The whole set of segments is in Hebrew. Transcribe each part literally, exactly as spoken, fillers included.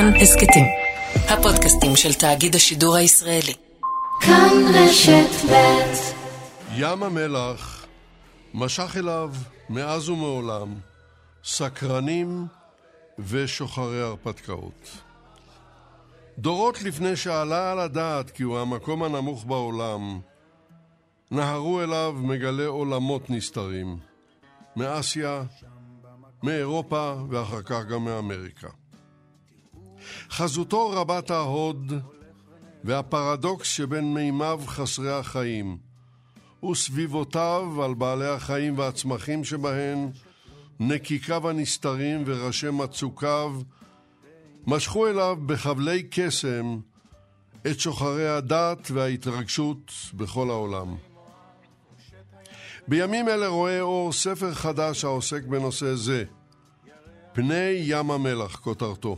כאן הסקטים, הפודקאסטים של תאגיד השידור הישראלי. כאן רשת ב'. ים המלח משך אליו מאז ומעולם סקרנים ושוחרי הרפתקאות. דורות לפני שעלה על הדעת כי הוא המקום הנמוך בעולם, נהרו אליו מגלי עולמות נסתרים, מאסיה, מאירופה ואחר כך גם מאמריקה. חזותו רבת ההוד והפרדוקס שבין מימיו חסרי החיים וסביבותיו על בעלי החיים והצמחים שבהן, נקיקיו הנסתרים וראשי מצוקיו, משכו אליו בחבלי קסם את שוחרי הדת וההתרגשות בכל העולם. בימים אלה רואה אור ספר חדש העוסק בנושא זה, פני ים המלח כותרתו.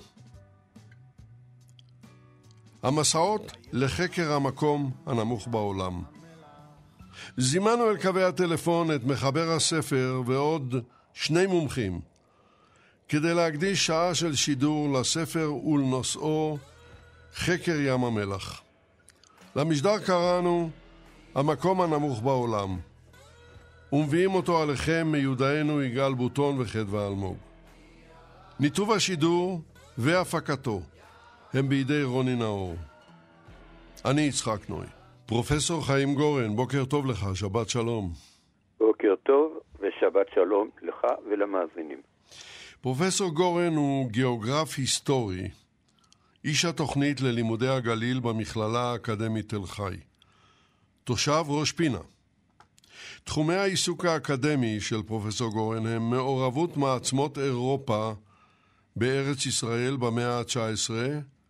המסעות לחקר המקום הנמוך בעולם. זימנו אל קווי הטלפון את מחבר הספר ועוד שני מומחים, כדי להקדיש שעה של שידור לספר ולנושאו חקר ים המלח. למשדר קראנו המקום הנמוך בעולם, ומביאים אותו עליכם מיודענו יגאל בוטון וחדווה אלמוג. ניתוב השידור והפקתו הם בידי רוני נאור. אני יצחק נוי. פרופסור חיים גורן, בוקר טוב לך, שבת שלום. בוקר טוב ושבת שלום לך ולמאזינים. פרופסור גורן הוא גיאוגרף היסטורי, איש התוכנית ללימודי הגליל במכללה האקדמית תל חי. תושב ראש פינה. תחומי העיסוק האקדמי של פרופסור גורן הם מעורבות מעצמות אירופה בארץ ישראל במאה ה-תשע עשרה,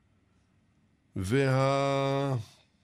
והמחקר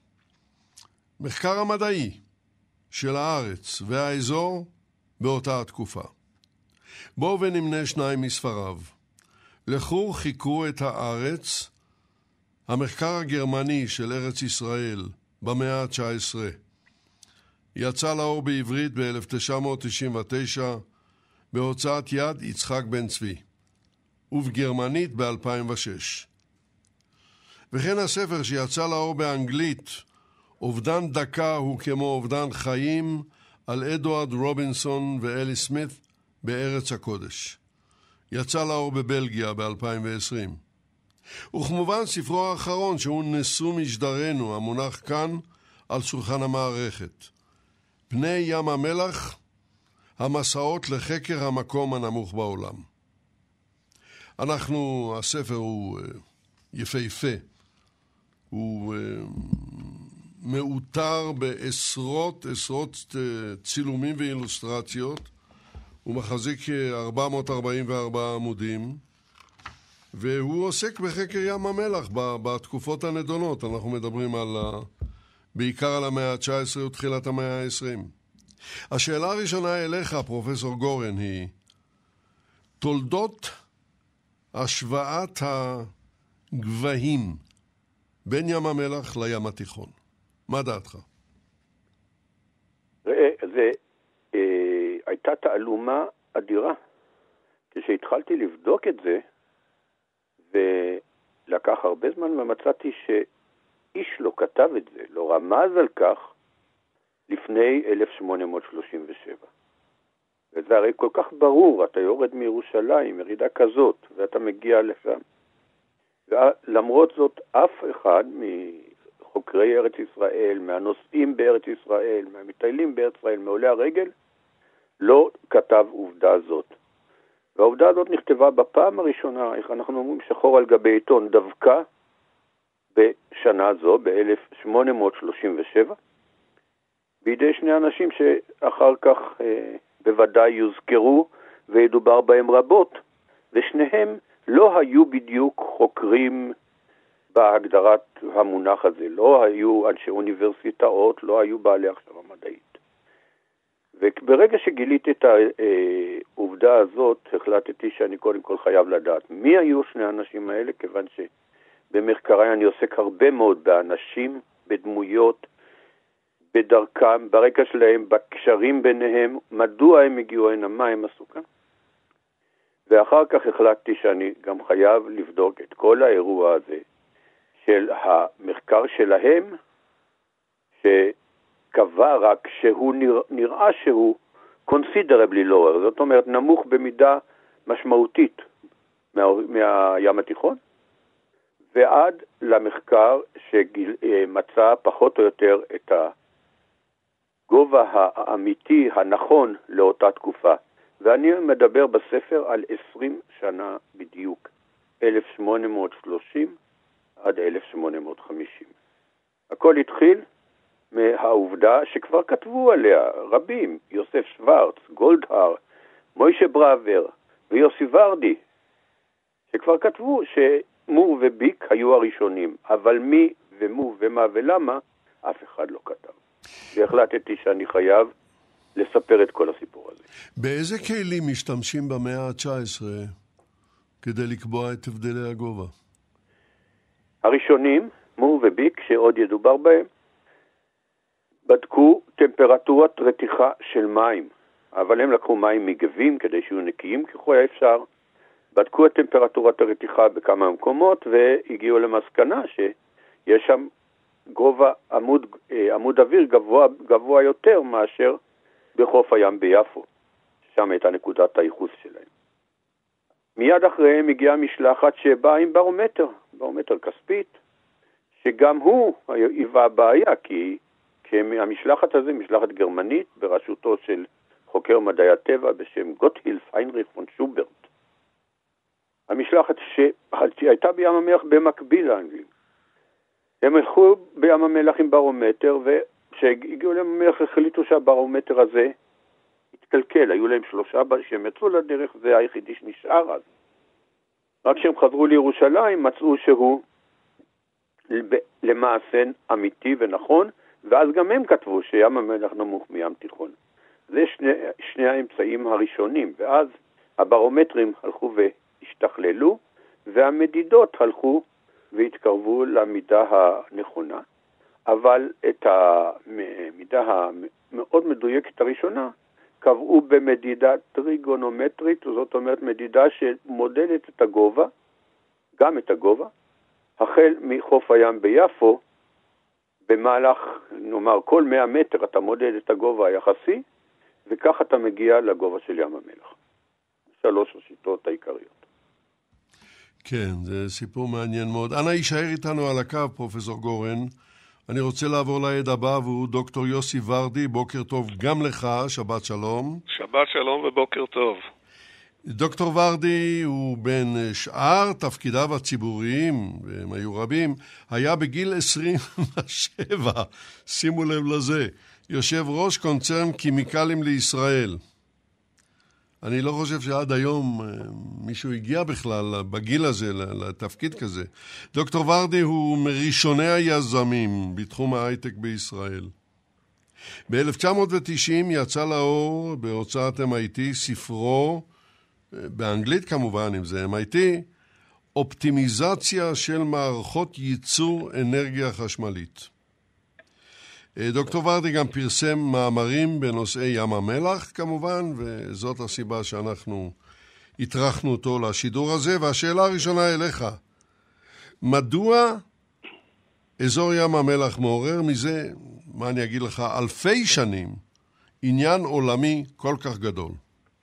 המדעי של הארץ והאזור באותה התקופה. בואו ונמנה שניים מספריו. לכו חיקרו את הארץ, המחקר הגרמני של ארץ ישראל במאה ה-תשע עשרה. יצא לאור בעברית ב-אלף תשע מאות תשעים ותשע בהוצאת יד יצחק בן צבי, ובגרמנית ב-אלפיים ושש. וכן הספר שיצא לאור באנגלית, אובדן דקה הוא כמו אובדן חיים, על אדוארד רובינסון ואלי סמית בארץ הקודש. יצא לאור בבלגיה ב-אלפיים ועשרים. וכמובן ספרו האחרון שהוא נשוא משדרנו, המונח כאן על שולחן המערכת. פני ים המלח, המסעות לחקר המקום הנמוך בעולם. אנחנו, הספר הוא יפהפה. הוא מאותר בעשרות עשרות צילומים ואילוסטרציות. הוא מחזיק ארבע מאות ארבעים וארבע עמודים, והוא עוסק בחקר ים המלח בתקופות הנדונות. אנחנו מדברים על, בעיקר על המאה ה-תשע עשרה ותחילת המאה ה-עשרים. השאלה הראשונה אליך, פרופסור גורן, היא תולדות השוואת הגבהים בין ים המלח לים התיכון. מה דעתך? ראה, זה אה, הייתה תעלומה אדירה. כשהתחלתי לבדוק את זה, ולקח הרבה זמן ומצאתי שאיש לא כתב את זה, לא רמז על כך לפני אלף שמונה מאות שלושים ושבע. וזה הרי כל כך ברור, אתה יורד מירושלים, ירידה כזאת, ואתה מגיע לשם. ולמרות זאת, אף אחד מחוקרי ארץ ישראל, מהנוסעים בארץ ישראל, מהמטיילים בארץ ישראל, מעולי הרגל, לא כתב עובדה זאת. והעובדה הזאת נכתבה בפעם הראשונה, איך אנחנו אומרים, שחור על גבי עיתון, דווקא בשנה זו, ב-אלף שמונה מאות שלושים ושבע, בידי שני אנשים שאחר כך אה, בוודאי יוזכרו וידובר בהם רבות, ושניהם לא היו בדיוק חוקרים בהגדרת המונח הזה, לא היו אנשי אוניברסיטאות, לא היו בעלי הכשרה מדעית. וברגע שגיליתי את העובדה הזאת, החלטתי שאני קודם כל חייב לדעת מי היו שני האנשים האלה, כיוון שבמחקריי אני עוסק הרבה מאוד באנשים, בדמויות, בדרכם, ברקע שלהם, בקשרים ביניהם, מדוע הם הגיעו הנה, מה הם עשו כאן. ואחר כך החלטתי שאני גם חייב לבדוק את כל האירוע הזה של המחקר שלהם, שקבע רק שהוא נרא, נראה שהוא considerably lower, זאת אומרת נמוך במידה משמעותית מה, מהים התיכון, ועד למחקר שמצא פחות או יותר את הגובה האמיתי הנכון לאותה תקופה. ואני מדבר בספר על עשרים שנה בדיוק, אלף שמונה מאות שלושים עד אלף שמונה מאות חמישים. הכל התחיל מהעובדה שכבר כתבו עליה רבים, יוסף שוורץ, גולדהר, מוישה בראבר ויוסי ורדי, שכבר כתבו שמור וביק היו הראשונים, אבל מי ומו ומה ולמה אף אחד לא כתב. והחלטתי שאני חייב לספר את כל הסיפור הזה. באיזה כלים משתמשים במאה ה-תשע עשרה כדי לקבוע את הבדלי הגובה? הראשונים, מור וביק, שעוד ידובר בהם, בדקו טמפרטורת רתיחה של מים, אבל הם לקחו מים מגבים כדי שיהיו נקיים ככל האפשר, בדקו את טמפרטורת הרתיחה בכמה מקומות והגיעו למסקנה שיש שם גובה עמוד, עמוד אוויר גבוה, גבוה יותר מאשר בחוף הים ביפו, שם הייתה נקודת הייחוס שלהם. מיד אחריהם הגיעה משלחת שבאה עם ברומטר, ברומטר כספית, שגם הוא היווה בעיה, כי המשלחת הזה, משלחת גרמנית, בראשותו של חוקר מדעי הטבע בשם גוטהילף היינריך פון שוברט. המשלחת שהייתה בים המלח במקביל לאנגלים. הם הלכו בים המלח עם ברומטר, וכשהגיעו לים המלח החליטו שהברומטר הזה התקלקל. היו להם שלושה שהם יצאו לדרך, זה היחידי שנשאר אז. רק כשהם חזרו לירושלים מצאו שהוא למעשה אמיתי ונכון, ואז גם הם כתבו שים המלח נמוך מים תיכון. זה שני, שני האמצעים הראשונים, ואז הברומטרים הלכו והשתכללו, והמדידות הלכו והתקרבו למידה הנכונה, אבל את המידה המאוד מדויקת הראשונה קבעו במדידה טריגונומטרית, זאת אומרת מדידה שמודדת את הגובה, גם את הגובה, החל מחוף הים ביפו, במהלך, נאמר, כל מאה מטר אתה מודד את הגובה היחסי, וכך אתה מגיע לגובה של ים המלח. שלוש השיטות העיקריות. כן, זה סיפור מעניין מאוד. אנא יישאר איתנו על הקו, פרופסור גורן. אני רוצה לעבור לעד הבא, והוא דוקטור יוסי ורדי. בוקר טוב גם לך, שבת שלום. שבת שלום ובוקר טוב. דוקטור ורדי הוא בין שאר תפקידיו הציבוריים, והם היו רבים, היה בגיל עשרים ושבע, שימו לב לזה, יושב ראש קונצרן כימיקלים לישראל. אני לא חושב שעד היום מישהו הגיע בכלל בגיל הזה לתפקיד כזה. דוקטור ורדי הוא מראשוני היזמים בתחום ההייטק בישראל. ב-אלף תשע מאות ותשעים יצא לאור בהוצאת אם איי טי ספרו, באנגלית כמובן, אם זה אם איי טי, אופטימיזציה של מערכות ייצור אנרגיה חשמלית. דוקטור ורדי גם פרסם מאמרים בנושאי ים המלח כמובן, וזאת הסיבה שאנחנו התרחנו אותו לשידור הזה. והשאלה הראשונה אליך, מדוע אזור ים המלח מעורר מזה, מה אני אגיד לך, אלפי שנים, עניין עולמי כל כך גדול?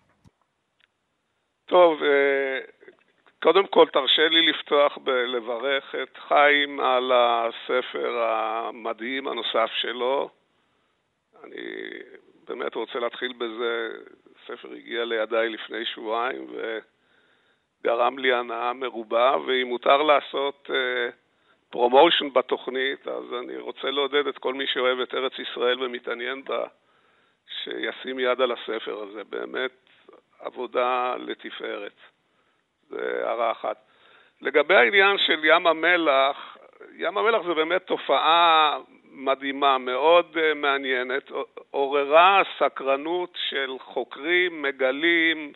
טוב, קודם כל תרשה לי לפתוח בלברך את חיים על הספר המדהים הנוסף שלו. אני באמת רוצה להתחיל בזה. הספר הגיע לידיי לפני שבועיים וגרם לי הנאה מרובה, ואם מותר לעשות פרומושן בתוכנית, אז אני רוצה לעודד את כל מי שאוהב את ארץ ישראל ומתעניין בה, שישים יד על הספר הזה. באמת עבודה לתפארת. זה הערה אחת. לגבי העניין של ים המלח, ים המלח זה באמת תופעה מדהימה, מאוד מעניינת, עוררה סקרנות של חוקרים, מגלים,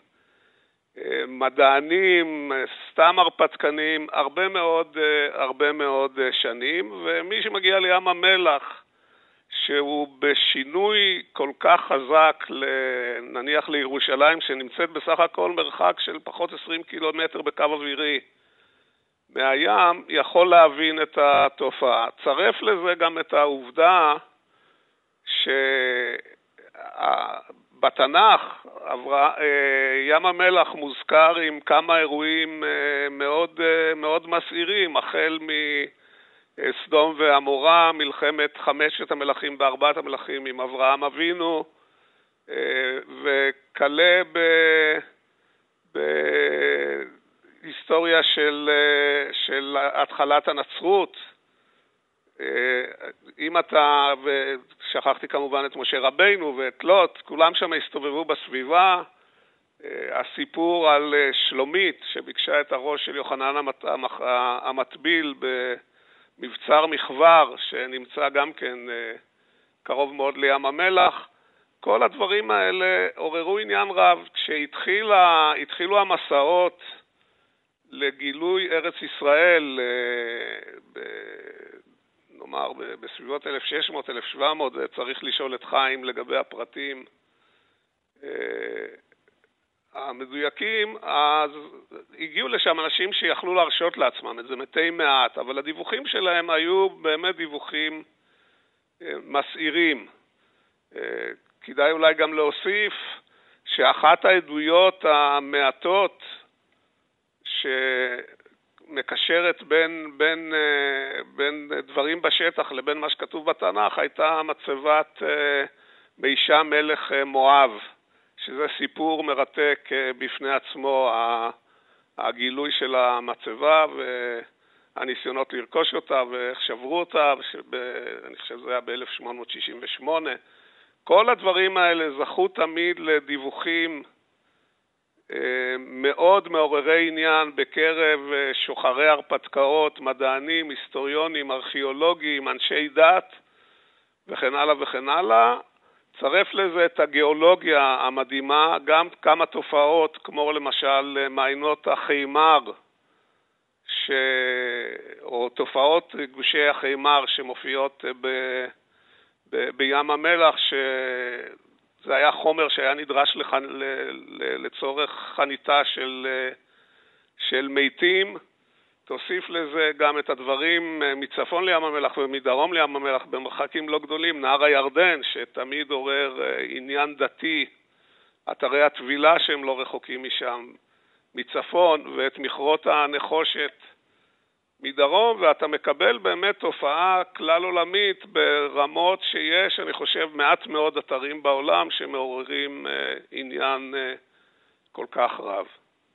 מדענים, סתם הרפתקנים, הרבה מאוד, הרבה מאוד שנים, ומי שמגיע לים המלח, שהוא בשינוי כל כך חזק, נניח לירושלים, שנמצאת בסך הכל מרחק של פחות עשרים קילומטר בקו אווירי מהים, יכול להבין את התופעה. צרף לזה גם את העובדה שבתנ"ך ים המלח מוזכר עם כמה אירועים מאוד, מאוד מסעירים, החל מסדום ועמורה, מלחמת חמשת המלכים בארבעת המלכים עם אברהם אבינו, וכלה ב... בהיסטוריה של, של התחלת הנצרות. אם אתה, ושכחתי כמובן את משה רבינו ואת לוט, כולם שם הסתובבו בסביבה. הסיפור על שלומית שביקשה את הראש של יוחנן המטביל במבצר מחבר, שנמצא גם כן קרוב מאוד לים המלח, כל הדברים האלה עוררו עניין רב. כשהתחילו המסעות לגילוי ארץ ישראל, ב, נאמר בסביבות אלף שש מאות אלף שבע מאות, צריך לשאול את חיים לגבי הפרטים המדויקים, אז הגיעו לשם אנשים שיכלו להרשות לעצמם את זה מתי מעט, אבל הדיווחים שלהם היו באמת דיווחים מסעירים. כדאי אולי גם להוסיף שאחת העדויות המעטות שמקשרת בין, בין, בין דברים בשטח לבין מה שכתוב בתנ"ך הייתה מצבת מישה מלך מואב, שזה סיפור מרתק בפני עצמו, הגילוי של המצבה והניסיונות לרכוש אותה ואיך שברו אותה, אני חושב שזה היה ב-אלף שמונה מאות שישים ושמונה. כל הדברים האלה זכו תמיד לדיווחים מאוד מעוררי עניין בקרב שוחרי הרפתקאות, מדענים, היסטוריונים, ארכיאולוגים, אנשי דת וכן הלאה וכן הלאה. צרף לזה את הגיאולוגיה המדהימה, גם כמה תופעות כמו למשל מעיינות החיימר, ש... או תופעות גושי החיימר שמופיעות ב... ב... בים המלח, שזה היה חומר שהיה נדרש לח... ל... לצורך חניתה של, של מתים. תוסיף לזה גם את הדברים מצפון לים המלח ומדרום לים המלח במרחקים לא גדולים, נהר הירדן שתמיד עורר עניין דתי, אתרי הטבילה שהם לא רחוקים משם מצפון, ואת מכרות הנחושת מדרום, ואתה מקבל באמת תופעה כלל עולמית ברמות שיש, אני חושב, מעט מאוד אתרים בעולם שמעוררים עניין כל כך רב.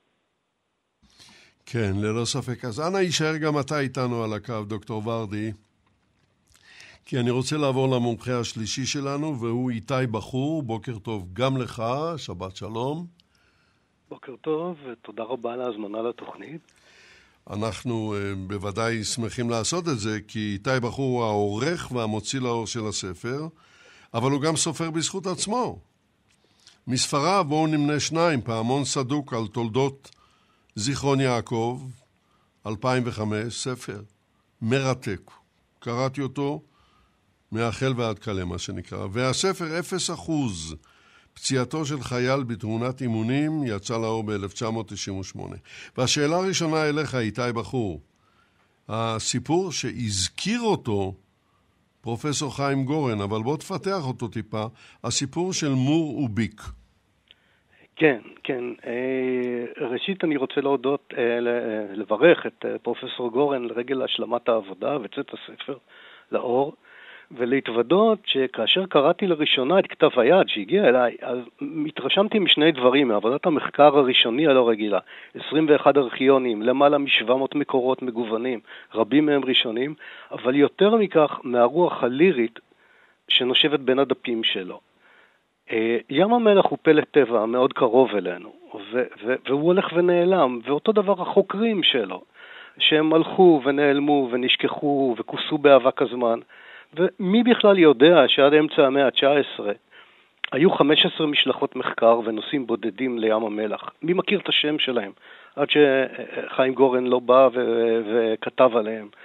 כן, ללא ספק. אז אנא יישאר גם אתה איתנו על הקו, דוקטור ורדי, כי אני רוצה לעבור למומחה השלישי שלנו, והוא איתי בחור. בוקר טוב גם לך, שבת שלום. בוקר טוב, ותודה רבה על ההזמנה לתוכנית. אנחנו uh, בוודאי שמחים לעשות את זה, כי איתי בחור הוא העורך והמוציא לאור של הספר, אבל הוא גם סופר בזכות עצמו. מספריו בואו נמנה שניים, פעמון סדוק על תולדות זיכרון יעקב, אלפיים וחמש, ספר מרתק. קראתי אותו מהחל ועד כלה, מה שנקרא. והספר אפס אחוז, פציעתו של חייל בתאונת אימונים, יצא לאור ב-אלף תשע מאות תשעים ושמונה. והשאלה הראשונה אליך, איתי בחור, הסיפור שהזכיר אותו פרופסור חיים גורן, אבל בוא תפתח אותו טיפה, הסיפור של מור וביק. כן, כן. ראשית אני רוצה להודות, לברך את פרופסור גורן לרגל השלמת העבודה וצאת הספר לאור, ולהתוודות שכאשר קראתי לראשונה את כתב היד שהגיע אליי, אז התרשמתי משני דברים, מעבודת המחקר הראשוני הלא רגילה, עשרים ואחד ארכיונים, למעלה מ-שבע מאות מקורות מגוונים, רבים מהם ראשונים, אבל יותר מכך מהרוח הלירית שנושבת בין הדפים שלו. ים המלח הוא פלא טבע מאוד קרוב אלינו, ו- ו- והוא הולך ונעלם, ואותו דבר החוקרים שלו, שהם הלכו ונעלמו ונשכחו וכוסו באבק הזמן, ומי בכלל יודע שעד אמצע המאה ה-תשע עשרה היו חמש עשרה משלחות מחקר ונוסעים בודדים לים המלח. מי מכיר את השם שלהם? עד שחיים גורן לא בא ו- וכתב עליהם.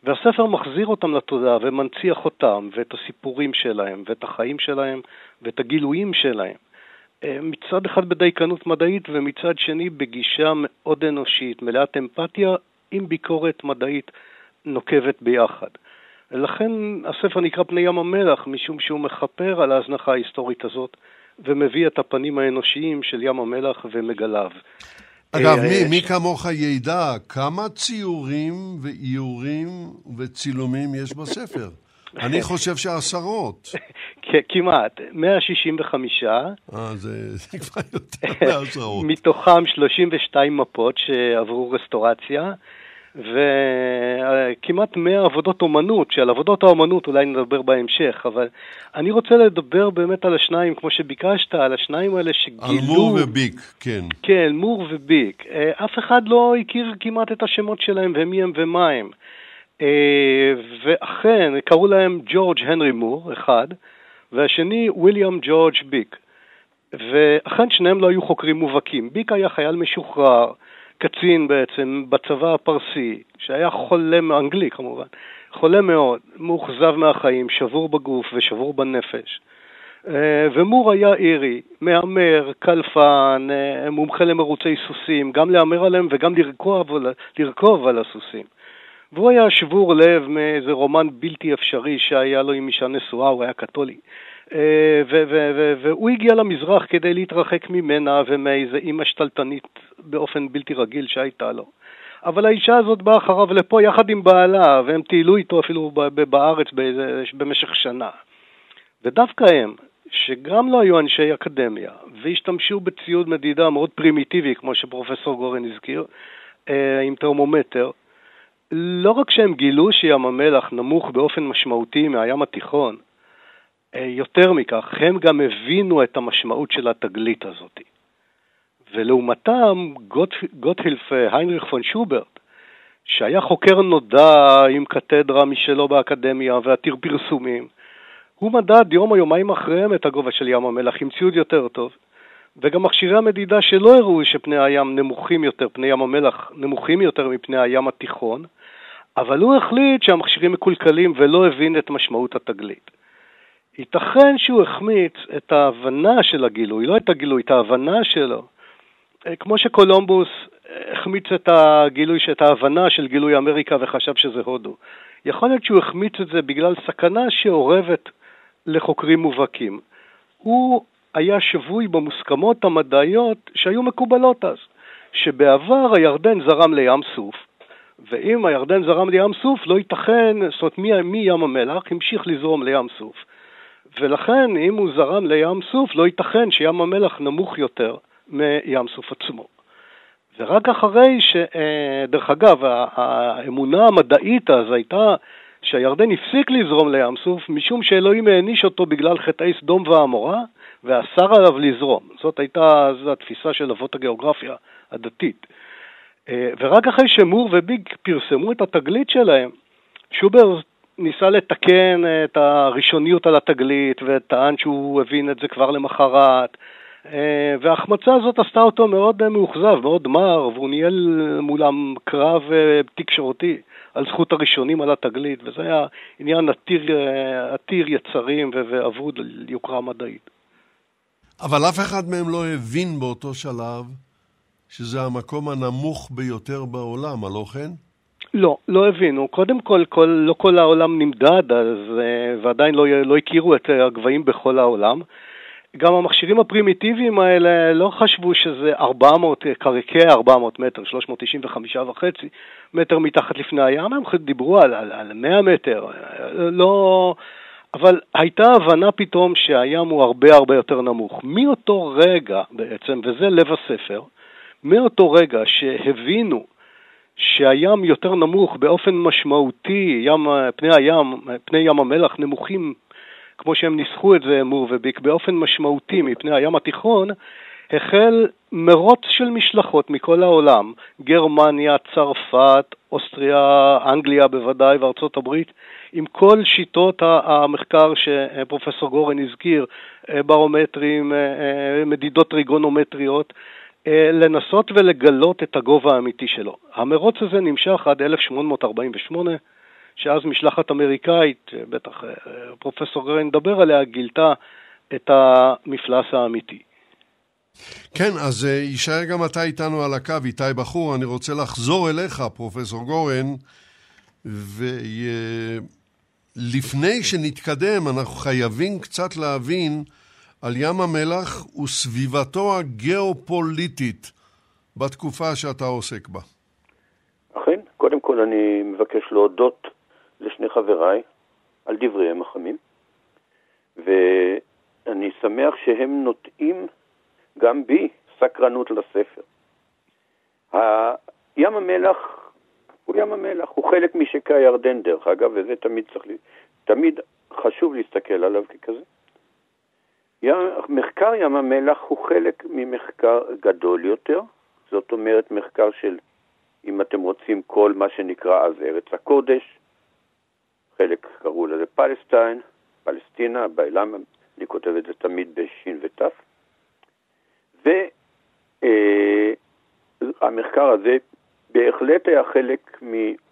והספר מחזיר אותם לתודעה ומנציח אותם ואת הסיפורים שלהם ואת החיים שלהם ואת הגילויים שלהם. מצד אחד בדייקנות מדעית ומצד שני בגישה מאוד אנושית, מלאת אמפתיה עם ביקורת מדעית נוקבת ביחד. לכן הספר נקרא פני ים המלח, משום שהוא מחפר על ההזנחה ההיסטורית הזאת ומביא את הפנים האנושיים של ים המלח ומגליו. אגב, מי, מי כמוך ידע כמה ציורים ואיורים וצילומים יש בספר? אני חושב שעשרות. כמעט, מאה שישים וחמש. אה, זה, זה כבר יותר מעשרות. מתוכם שלושים ושתיים מפות שעברו רסטורציה, וכמעט מאה עבודות אומנות, שעל עבודות האומנות אולי נדבר בהמשך, אבל אני רוצה לדבר באמת על השניים, כמו שביקשת, על השניים האלה שגילו... על מור וביק, כן. כן, מור וביק. אף אחד לא הכיר כמעט את השמות שלהם, ומי הם ומה הם. ואכן, קראו להם ג'ורג' הנרי מור, אחד, והשני וויליאם ג'ורג' ביק. ואכן שניהם לא היו חוקרים מובהקים. ביק היה חייל משוחרר, קצין בעצם בצבא הפרסי, שהיה חולה, אנגלי כמובן, חולה מאוד, מאוכזב מהחיים, שבור בגוף ושבור בנפש. ומור היה אירי, מאמר, קלפן, מומחה למרוצי סוסים, גם לאמר עליהם וגם לרכוב, לרכוב על הסוסים. והוא היה שבור לב מאיזה רומן בלתי אפשרי שהיה לו עם אישה נשואה, הוא היה קתולי. והוא הגיע למזרח כדי להתרחק ממנה ומאיזה אימא שתלטנית באופן בלתי רגיל שהייתה לו. אבל האישה הזאת באה אחריו לפה יחד עם בעלה, והם טיילו איתו אפילו בארץ במשך שנה. ודווקא הם, שגם לא היו אנשי אקדמיה, והשתמשו בציוד מדידה מאוד פרימיטיבי, כמו שפרופסור גורן הזכיר, עם טרמומטר, לא רק שהם גילו שים המלח נמוך באופן משמעותי מהים התיכון, יותר מכך, הם גם הבינו את המשמעות של התגלית הזאת. ולעומתם, גוט, גוטהילף היינריך פון שוברט, שהיה חוקר נודע עם קתדרה משלו באקדמיה ועתיר פרסומים, הוא מדד יום או יומיים אחריהם את הגובה של ים המלח עם ציוד יותר טוב, וגם מכשירי המדידה שלא הראו שפני הים נמוכים יותר, פני ים המלח נמוכים יותר מפני הים התיכון, אבל הוא החליט שהמכשירים מקולקלים ולא הבין את משמעות התגלית. ייתכן שהוא החמיץ את ההבנה של הגילוי, לא את הגילוי, את ההבנה שלו. כמו שקולומבוס החמיץ את הגילוי, את ההבנה של גילוי אמריקה וחשב שזה הודו. יכול להיות שהוא החמיץ את זה בגלל סכנה שעורבת לחוקרים מובהקים. הוא היה שבוי במוסכמות המדעיות שהיו מקובלות אז, שבעבר הירדן זרם לים סוף, ואם הירדן זרם לים סוף לא ייתכן, זאת אומרת מי, מי ים המלח המשיך לזרום לים סוף. ולכן אם הוא זרם לים סוף לא ייתכן שים המלח נמוך יותר מים סוף עצמו. ורק אחרי שדרך אגב האמונה המדעית אז הייתה שהירדן הפסיק לזרום לים סוף משום שאלוהים העניש אותו בגלל חטאי סדום ועמורה ואסר עליו לזרום. זאת הייתה זו התפיסה של אבות הגיאוגרפיה הדתית. ורק אחרי שמור וביג פרסמו את התגלית שלהם, שובר ניסה לתקן את הראשוניות על התגלית וטען שהוא הבין את זה כבר למחרת, וההחמצה הזאת עשתה אותו מאוד מאוכזב, מאוד מר, והוא ניהל מולם קרב תקשורתי על זכות הראשונים על התגלית, וזה היה עניין עתיר, עתיר יצרים ועבוד ליוקרה מדעית. אבל אף אחד מהם לא הבין באותו שלב שזה המקום הנמוך ביותר בעולם, הלא כן? לא, לא הבינו. קודם כל, כל לא כל העולם נמדד, אז, ועדיין לא, לא הכירו את הגבהים בכל העולם. גם המכשירים הפרימיטיביים האלה לא חשבו שזה ארבע מאות, כ-ארבע מאות מטר, שלוש מאות תשעים וחמש וחצי מטר מתחת לפני הים, הם דיברו על, על, על מאה מטר, לא... אבל הייתה הבנה פתאום שהים הוא הרבה הרבה יותר נמוך. מאותו רגע בעצם, וזה לב הספר, מאותו רגע שהבינו שהים יותר נמוך באופן משמעותי, ים, פני הים, פני ים המלח נמוכים, כמו שהם ניסחו את זה מור וביק, באופן משמעותי מפני הים התיכון, החל מרוץ של משלחות מכל העולם, גרמניה, צרפת, אוסטריה, אנגליה בוודאי וארצות הברית, עם כל שיטות המחקר שפרופסור גורן הזכיר, ברומטרים, מדידות טריגונומטריות, לנסות ולגלות את הגובה האמיתי שלו. המרוץ הזה נמשך עד אלף שמונה מאות ארבעים ושמונה, שאז משלחת אמריקאית, בטח פרופסור גורן מדבר עליה, גילתה את המפלס האמיתי. כן, אז יישאר גם אתה איתנו על הקו, איתי בחור. אני רוצה לחזור אליך, פרופסור גורן, ולפני שנתקדם, אנחנו חייבים קצת להבין על ים המלח וסביבתו הגיאופוליטית בתקופה שאתה עוסק בה. אכן, קודם כל אני מבקש להודות לשני חבריי על דבריהם החמים, ואני שמח שהם נוטעים גם בי סקרנות לספר. ים המלח הוא ים המלח, הוא חלק משקע הירדן דרך אגב, וזה תמיד צריך, תמיד חשוב להסתכל עליו ככזה. ים, מחקר ים המלח הוא חלק ממחקר גדול יותר, זאת אומרת מחקר של, אם אתם רוצים, כל מה שנקרא אז ארץ הקודש, חלק קראו לזה פלסטיין, פלסטינה, בעילם, אני כותב את זה תמיד בשין ותף, והמחקר הזה בהחלט היה חלק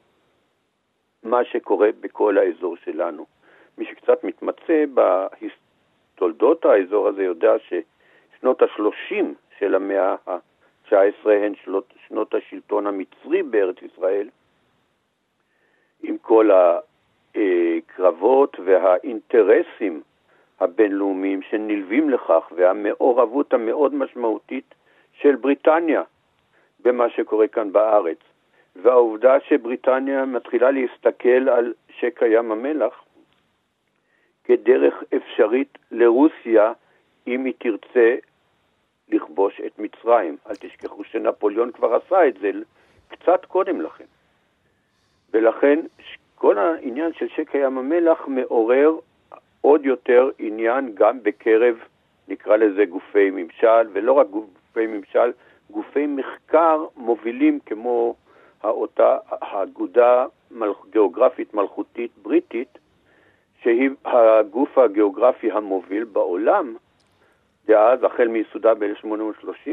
ממה שקורה בכל האזור שלנו. מי שקצת מתמצא בתולדות האזור הזה יודע ששנות השלושים של המאה ה-תשע עשרה הן שנות, שנות השלטון המצרי בארץ ישראל, עם כל הקרבות והאינטרסים הבינלאומיים שנלווים לכך, והמעורבות המאוד משמעותית של בריטניה במה שקורה כאן בארץ. והעובדה שבריטניה מתחילה להסתכל על שקע ים המלח כדרך אפשרית לרוסיה אם היא תרצה לכבוש את מצרים. אל תשכחו שנפוליאון כבר עשה את זה קצת קודם לכן. ולכן כל העניין של שקע ים המלח מעורר עוד יותר עניין גם בקרב, נקרא לזה גופי ממשל, ולא רק גופי ממשל, גופי מחקר מובילים כמו האותה האגודה גיאוגרפית מלכותית בריטית, שהיא הגוף הגיאוגרפי המוביל בעולם, דאז החל מיסודה ב-אלף שמונה מאות שלושים,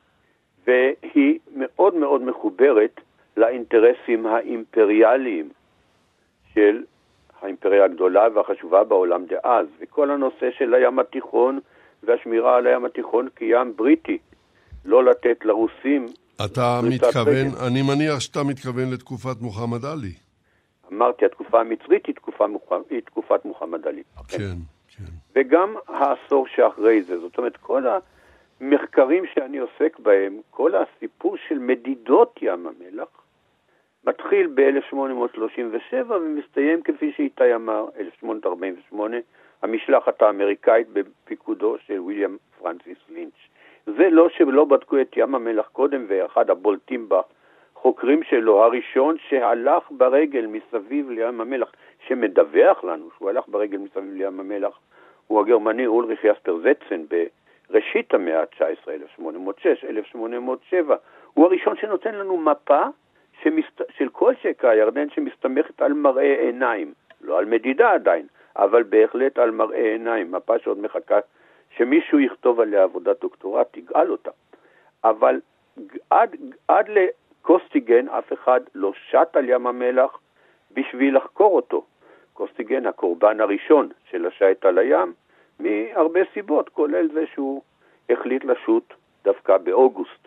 והיא מאוד מאוד מחוברת לאינטרסים האימפריאליים של האימפריה הגדולה והחשובה בעולם דאז, וכל הנושא של הים התיכון והשמירה על הים התיכון כים בריטי, לא לתת לרוסים. אתה מתכוון, אני מניח שאתה מתכוון לתקופת מוחמד עלי. אמרתי, התקופה המצרית היא, תקופה, היא תקופת מוחמד עלי. כן, כן. וגם העשור שאחרי זה, זאת אומרת, כל המחקרים שאני עוסק בהם, כל הסיפור של מדידות ים המלח, מתחיל ב-אלף שמונה מאות שלושים ושבע ומסתיים כפי שאיתי אמר, אלף שמונה מאות ארבעים ושמונה, המשלחת האמריקאית בפיקודו של ויליאם פרנסיס לינץ'. זה לא שלא בדקו את ים המלח קודם, ואחד הבולטים בחוקרים שלו, הראשון שהלך ברגל מסביב לים המלח, שמדווח לנו שהוא הלך ברגל מסביב לים המלח, הוא הגרמני אולריך יספר זצן בראשית המאה ה-תשע עשרה, אלף שמונה מאות שש, אלף שמונה מאות שבע. הוא הראשון שנותן לנו מפה שמסת... של כל שקע הירדן שמסתמכת על מראה עיניים, לא על מדידה עדיין, אבל בהחלט על מראה עיניים, מפה שעוד מחכה שמישהו יכתוב עליה עבודת דוקטורט, תגאל אותה. אבל עד, עד לקוסטיגן אף אחד לא שט על ים המלח בשביל לחקור אותו. קוסטיגן הקורבן הראשון של השייט על הים, מהרבה סיבות, כולל זה שהוא החליט לשוט דווקא באוגוסט.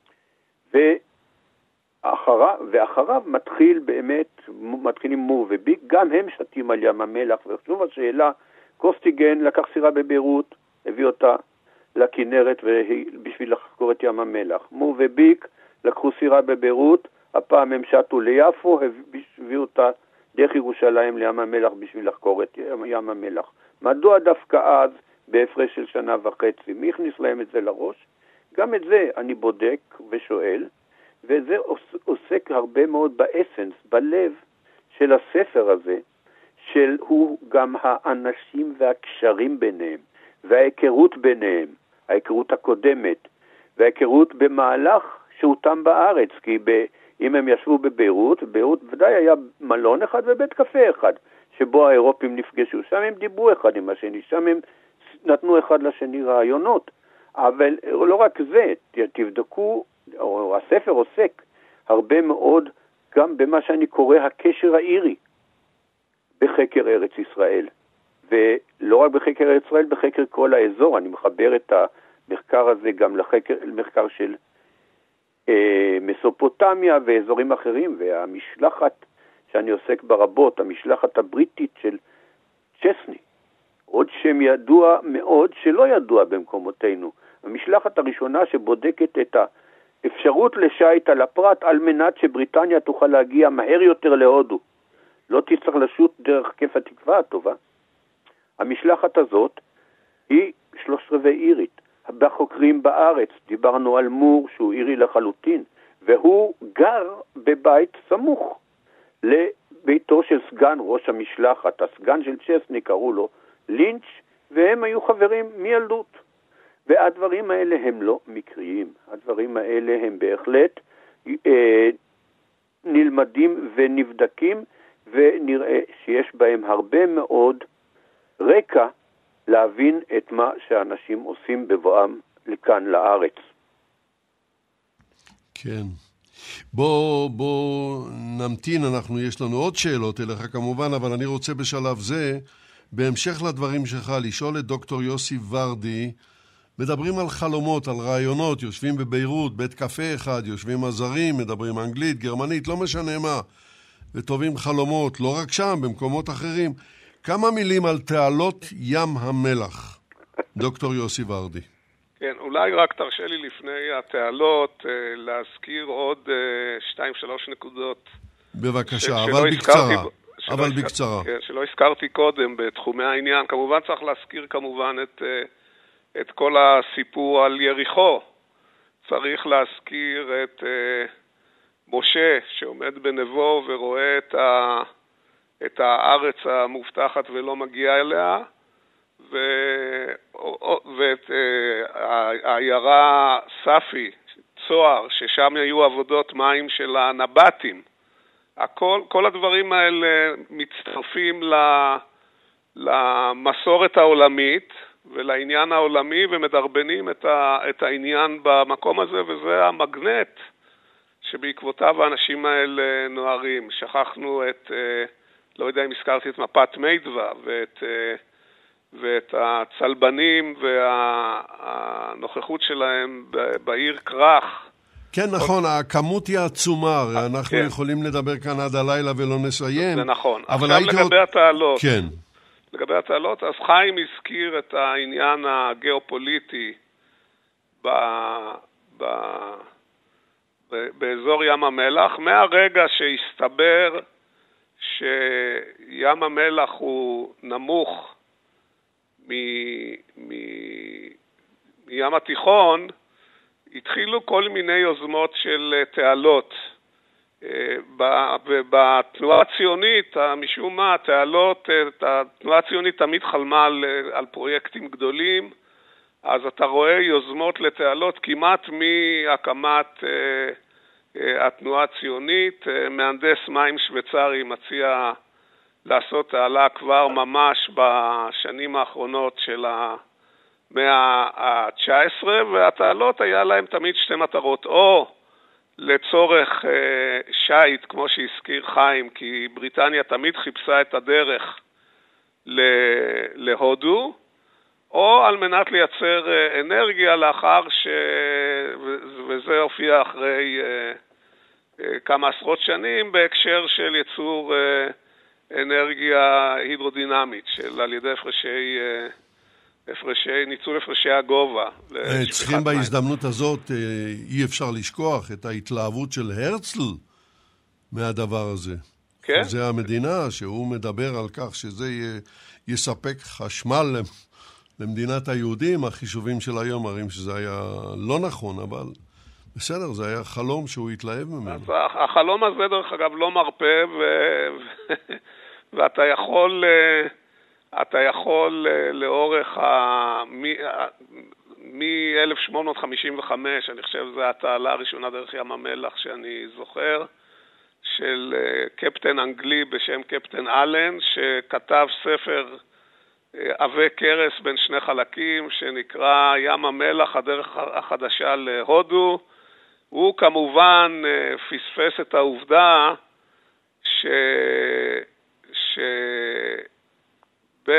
ואחריו, ואחריו מתחיל באמת, מתחילים מור וביק, גם הם שתים על ים המלח, ושוב השאלה, קוסטיגן לקח סירה בביירות, הביא אותה לכנרת בשביל לחקור את ים המלח. מור וביק לקחו סירה בביירות, הפעם הם שטו ליפו, הביאו אותה דרך ירושלים לים המלח בשביל לחקור את ים המלח. מדוע דווקא אז, בהפרש של שנה וחצי, מי הכניס להם את זה לראש? גם את זה אני בודק ושואל, וזה עוסק הרבה מאוד באסנס, בלב של הספר הזה, של הוא גם האנשים והקשרים ביניהם, וההיכרות ביניהם, ההיכרות הקודמת, וההיכרות במהלך שהותם בארץ, כי ב, אם הם ישבו בביירות, בביירות ודאי היה מלון אחד ובית קפה אחד, שבו האירופים נפגשו, שם הם דיברו אחד עם השני, שם הם נתנו אחד לשני רעיונות, אבל לא רק זה, תבדקו, או הספר עוסק הרבה מאוד גם במה שאני קורא הקשר האירי, בחקר ארץ ישראל. ולא רק בחקר ארץ ישראל, בחקר כל האזור. אני מחבר את המחקר הזה גם לחקר, למחקר של אה, מסופוטמיה ואזורים אחרים, והמשלחת שאני עוסק ברבות, המשלחת הבריטית של צ'סני, עוד שם ידוע מאוד שלא ידוע במקומותינו. המשלחת הראשונה שבודקת את האפשרות לשייט על הפרט על מנת שבריטניה תוכל להגיע מהר יותר להודו. לא תצטרך לשוט דרך כיף התקווה הטובה. המשלחת הזאת היא שלוש רבעי אירית. בחוקרים בארץ, דיברנו על מור שהוא אירי לחלוטין, והוא גר בבית סמוך לביתו של סגן ראש המשלחת. הסגן של צ'סני קראו לו לינץ', והם היו חברים מילדות. והדברים האלה הם לא מקריים. הדברים האלה הם בהחלט אה, נלמדים ונבדקים, ונראה שיש בהם הרבה מאוד רקע להבין את מה שאנשים עושים בבואם לכאן לארץ. כן. בוא, בוא נמתין, אנחנו, יש לנו עוד שאלות אליך כמובן, אבל אני רוצה בשלב זה, בהמשך לדברים שלך, לשאול את דוקטור יוסי ורדי, מדברים על חלומות, על רעיונות, יושבים בביירות, בית קפה אחד, יושבים עזרים, מדברים אנגלית, גרמנית, לא משנה מה, וטובים חלומות, לא רק שם, במקומות אחרים. כמה מילים על תעלות ים המלח, דוקטור יוסי ורדי. כן, אולי רק תרשה לי לפני התעלות להזכיר עוד שתיים שלוש נקודות. בבקשה, אבל בקצרה. אבל בקצרה. שלא הזכרתי קודם בתחומי העניין. כמובן צריך להזכיר כמובן את, את כל הסיפור על יריחו. צריך להזכיר את משה שעומד בנבו ורואה את, ה, את הארץ המובטחת ולא מגיע אליה. ו... ואת העיירה ספי, צוהר, ששם היו עבודות מים של הנבטים. הכל, כל הדברים האלה מצטרפים למסורת העולמית ולעניין העולמי ומדרבנים את, ה... את העניין במקום הזה, וזה המגנט שבעקבותיו האנשים האלה נוערים. שכחנו את, לא יודע אם הזכרתי את מפת מידווה ואת... ואת הצלבנים והנוכחות שלהם בעיר כרך. כן, נכון, הכמות היא עצומה, אנחנו יכולים לדבר כאן עד הלילה ולא נסיים. זה נכון. עכשיו לגבי התעלות. כן. לגבי התעלות, אז חיים הזכיר את העניין הגיאופוליטי באזור ים המלח, מהרגע שהסתבר שים המלח הוא נמוך מים התיכון, התחילו כל מיני יוזמות של תעלות. ובתנועה הציונית, משום מה, התעלות, התנועה הציונית תמיד חלמה על, על פרויקטים גדולים, אז אתה רואה יוזמות לתעלות כמעט מהקמת התנועה הציונית. מהנדס מים שוויצרי מציע לעשות תעלה כבר ממש בשנים האחרונות של המאה ה-תשע עשרה, והתעלות היה להם תמיד שתי מטרות, או לצורך שייט, כמו שהזכיר חיים, כי בריטניה תמיד חיפשה את הדרך להודו, או על מנת לייצר אנרגיה לאחר ש... וזה הופיע אחרי כמה עשרות שנים בהקשר של ייצור אנרגיה הידרודינמית של על ידי הפרשי, הפרשי, ניצול הפרשי הגובה. צריכים בהזדמנות הזאת, אי אפשר לשכוח את ההתלהבות של הרצל מהדבר הזה. כן. זה המדינה שהוא מדבר על כך שזה יספק חשמל למדינת היהודים. החישובים של היום מראים שזה היה לא נכון, אבל בסדר, זה היה חלום שהוא התלהב ממנו. החלום הזה דרך אגב לא מרפא, ו... ואתה יכול, אתה יכול לאורך ה... מ-אלף שמונה מאות חמישים וחמש, אני חושב זו התעלה הראשונה דרך ים המלח שאני זוכר, של קפטן אנגלי בשם קפטן אלן, שכתב ספר עבה קרס בין שני חלקים, שנקרא ים המלח, הדרך החדשה להודו. הוא כמובן פספס את העובדה ש...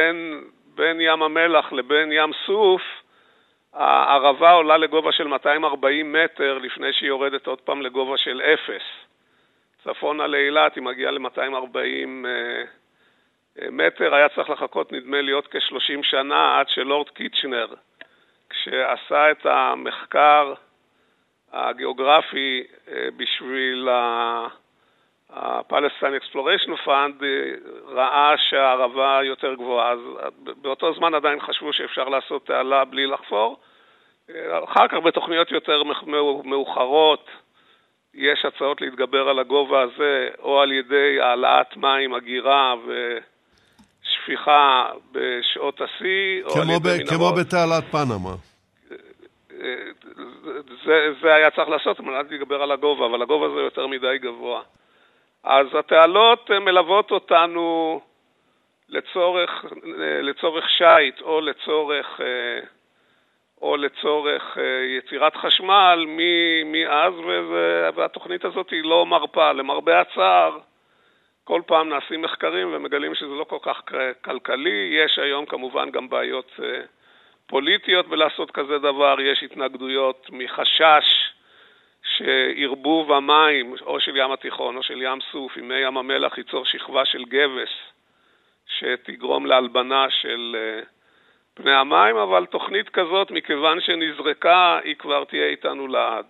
בין, בין ים המלח לבין ים סוף, הערבה עולה לגובה של מאתיים וארבעים מטר לפני שהיא יורדת עוד פעם לגובה של אפס. צפונה לאילת היא מגיעה ל-מאתיים וארבעים מטר, היה צריך לחכות נדמה לי עוד כ-שלושים שנה עד שלורד קיצ'נר, כשעשה את המחקר הגיאוגרפי בשביל ה-Palestine Exploration Fund, ראה שהערבה יותר גבוהה. אז באותו זמן עדיין חשבו שאפשר לעשות תעלה בלי לחפור. אחר כך בתוכניות יותר מאוחרות יש הצעות להתגבר על הגובה הזה, או על ידי העלאת מים, אגירה ושפיכה בשעות השיא, או על ידי מנהרות. כמו בתעלת פנמה. זה, זה היה צריך לעשות, מנת להתגבר על הגובה, אבל הגובה זה יותר מדי גבוה. אז התעלות מלוות אותנו לצורך, לצורך שייט, או לצורך, או לצורך יצירת חשמל מאז, והתוכנית הזאת היא לא מרפה. למרבה הצער, כל פעם נעשים מחקרים ומגלים שזה לא כל כך כלכלי. יש היום כמובן גם בעיות פוליטיות בלעשות כזה דבר. יש התנגדויות מחשש שערבוב המים, או של ים התיכון או של ים סוף, עם מי ים המלח ייצור שכבה של גבס שתגרום להלבנה של פני המים, אבל תוכנית כזאת, מכיוון שנזרקה, היא כבר תהיה איתנו לעד.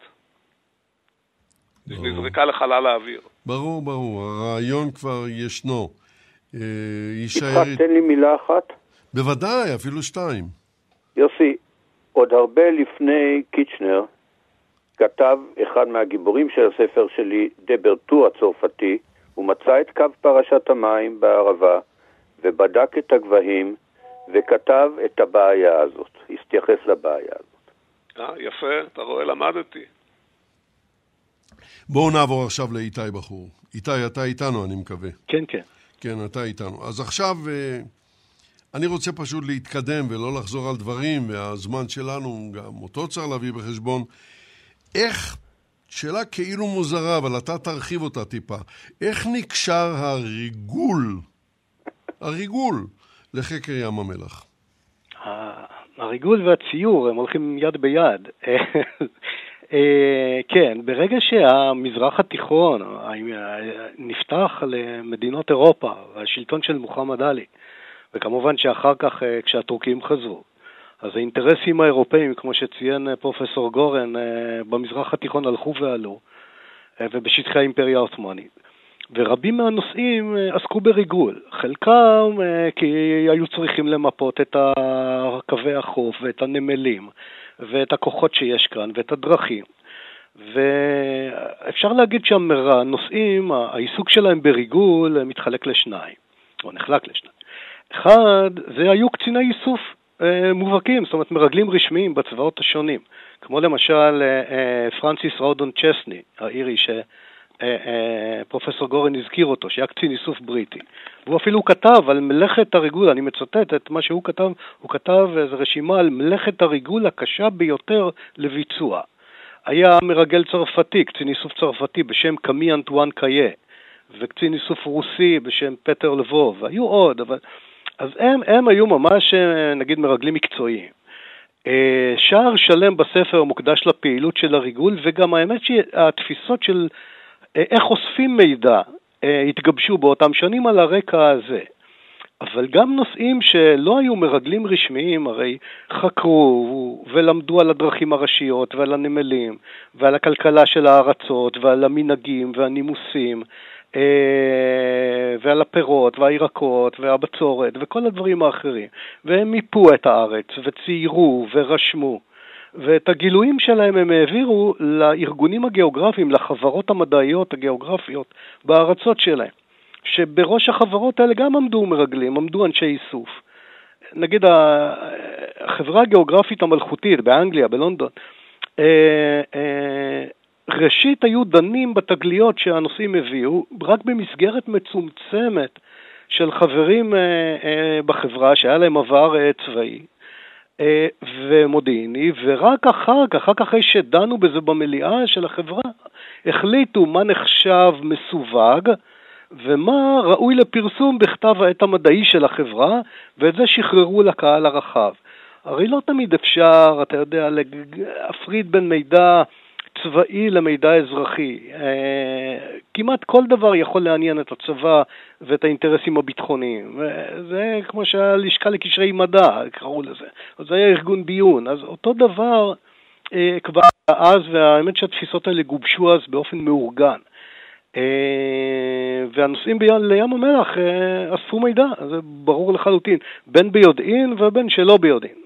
נזרקה לחלל האוויר. ברור, ברור. הרעיון כבר ישנו. יצחק, תן לי מילה אחת. בוודאי, אפילו שתיים. יוסי, עוד הרבה לפני קיצ'נר, כתב אחד מהגיבורים של הספר שלי, דברטו הצרפתי, הוא מצא את קו פרשת המים בערבה, ובדק את הגבהים, וכתב את הבעיה הזאת, הסתייחס לבעיה הזאת. אה, יפה, אתה רואה, למדתי. בואו נעבור עכשיו לאיתי בחור. איתי, אתה איתנו, אני מקווה. כן, כן. כן, אתה איתנו. אז עכשיו, אני רוצה פשוט להתקדם ולא לחזור על דברים, והזמן שלנו, גם אותו צריך להביא בחשבון. איך, שאלה כאילו מוזרה, אבל אתה תרחיב אותה טיפה, איך נקשר הריגול, הריגול, לחקר ים המלח? הריגול והציור הם הולכים יד ביד. כן, ברגע שהמזרח התיכון נפתח למדינות אירופה, והשלטון של מוחמד עלי, וכמובן שאחר כך כשהטורקים חזרו, אז האינטרסים האירופאים, כמו שציין פרופסור גורן, במזרח התיכון הלכו ועלו, ובשטחי האימפריה העות'מאנית. ורבים מהנושאים עסקו בריגול. חלקם כי היו צריכים למפות את קווי החוף ואת הנמלים, ואת הכוחות שיש כאן, ואת הדרכים. ואפשר להגיד שהנושאים, העיסוק שלהם בריגול מתחלק לשניים, או נחלק לשניים. אחד, זה היו קציני איסוף מובהקים, זאת אומרת מרגלים רשמיים בצבאות השונים, כמו למשל פרנסיס ראודון צ'סני, האירי שפרופסור גורן הזכיר אותו, שהיה קצין איסוף בריטי. והוא אפילו כתב על מלאכת הריגול, אני מצטט את מה שהוא כתב, הוא כתב איזו רשימה על מלאכת הריגול הקשה ביותר לביצוע. היה מרגל צרפתי, קצין איסוף צרפתי בשם קמי אנטואן קאיה, וקצין איסוף רוסי בשם פטר לבוב, והיו עוד, אבל... אז הם, הם היו ממש, נגיד, מרגלים מקצועיים. שער שלם בספר מוקדש לפעילות של הריגול, וגם האמת שהתפיסות של איך אוספים מידע התגבשו באותם שנים על הרקע הזה. אבל גם נושאים שלא היו מרגלים רשמיים, הרי חקרו ולמדו על הדרכים הראשיות ועל הנמלים, ועל הכלכלה של הארצות ועל המנהגים והנימוסים, ועל הפירות והירקות והבצורת וכל הדברים האחרים, והם מיפו את הארץ וציירו ורשמו, ואת הגילויים שלהם הם העבירו לארגונים הגיאוגרפיים, לחברות המדעיות הגיאוגרפיות בארצות שלהם, שבראש החברות האלה גם עמדו מרגלים, עמדו אנשי איסוף. נגיד החברה הגיאוגרפית המלכותית באנגליה, בלונדון, ראשית היו דנים בתגליות שהנושאים הביאו, רק במסגרת מצומצמת של חברים בחברה שהיה להם עבר צבאי ומודיעיני, ורק אחר כך, אחר כך אחרי שדנו בזה במליאה של החברה, החליטו מה נחשב מסווג ומה ראוי לפרסום בכתב העת המדעי של החברה, ואת זה שחררו לקהל הרחב. הרי לא תמיד אפשר, אתה יודע, להפריד בין מידע צבאי למידע אזרחי. כמעט כל דבר יכול לעניין את הצבא ואת האינטרסים הביטחוניים. זה כמו שהלשכה לקשרי מדע, קראו לזה. זה היה ארגון ביון. אז אותו דבר כבר אז, והאמת שהתפיסות האלה גובשו אז באופן מאורגן. והנושאים לים המלח אספו מידע, זה ברור לחלוטין, בין ביודעין ובין שלא ביודעין.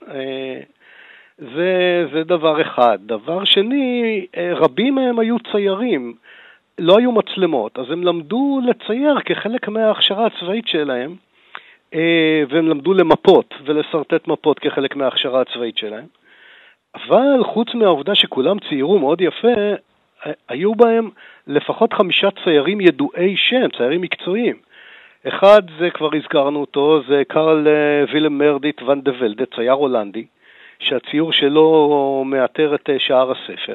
זה, זה דבר אחד. דבר שני, רבים מהם היו ציירים, לא היו מצלמות, אז הם למדו לצייר כחלק מההכשרה הצבאית שלהם, והם למדו למפות ולסרטט מפות כחלק מההכשרה הצבאית שלהם. אבל חוץ מהעובדה שכולם ציירו מאוד יפה, היו בהם לפחות חמישה ציירים ידועי שם, ציירים מקצועיים. אחד, זה כבר הזכרנו אותו, זה קרל וילם מרדיט ון דה ולדה, צייר הולנדי, שהציור שלו מאתר את שער הספר.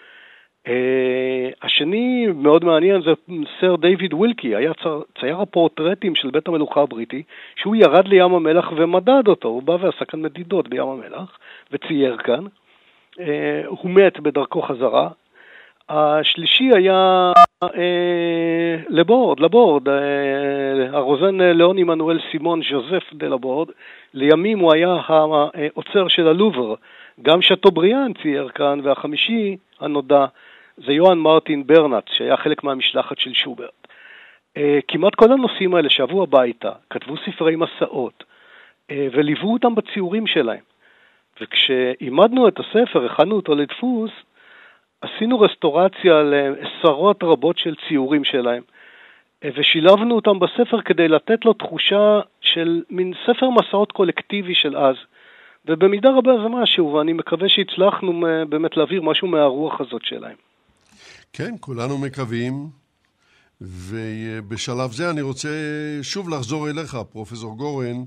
השני מאוד מעניין זה סר דיוויד ווילקי, היה צייר הפורטרטים של בית המלוכה הבריטי, שהוא ירד לים המלח ומדד אותו, הוא בא ועשה כאן מדידות בים המלח וצייר כאן. הוא מת בדרכו חזרה. השלישי היה אה, לבורד, לבורד, אה, הרוזן לאון עמנואל סימון ז'וזף דה לבורד, לימים הוא היה האוצר של הלובר, גם שטובריאן צייר כאן, והחמישי הנודע זה יוהאן מרטין ברנץ, שהיה חלק מהמשלחת של שוברט. אה, כמעט כל הנושאים האלה שבו הביתה, כתבו ספרי מסעות, אה, וליוו אותם בציורים שלהם. וכשעימדנו את הספר, הכנו אותו לדפוס, עשינו רסטורציה לעשרות רבות של ציורים שלהם, ושילבנו אותם בספר כדי לתת לו תחושה של מין ספר מסעות קולקטיבי של אז, ובמידה רבה זה משהו, ואני מקווה שהצלחנו באמת להעביר משהו מהרוח הזאת שלהם. כן, כולנו מקווים, ובשלב זה אני רוצה שוב לחזור אליך, פרופסור גורן.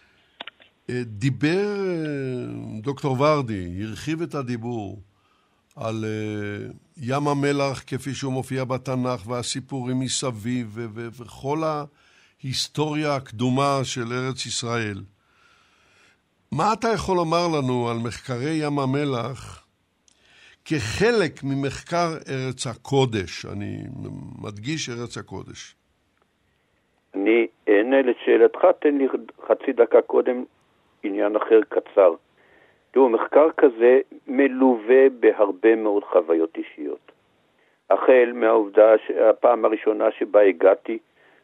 דיבר דוקטור ורדי, הרחיב את הדיבור, על uh, ים המלח כפי שהוא מופיע בתנ"ך והסיפורים מסביב ו- ו- וכל ההיסטוריה הקדומה של ארץ ישראל. מה אתה יכול לומר לנו על מחקרי ים המלח כחלק ממחקר ארץ הקודש? אני מדגיש ארץ הקודש. אני אענה לשאלתך, תן לי חצי דקה קודם עניין אחר קצר. תראו, מחקר כזה מלווה בהרבה מאוד חוויות אישיות. החל מהעובדה שהפעם הראשונה שבה הגעתי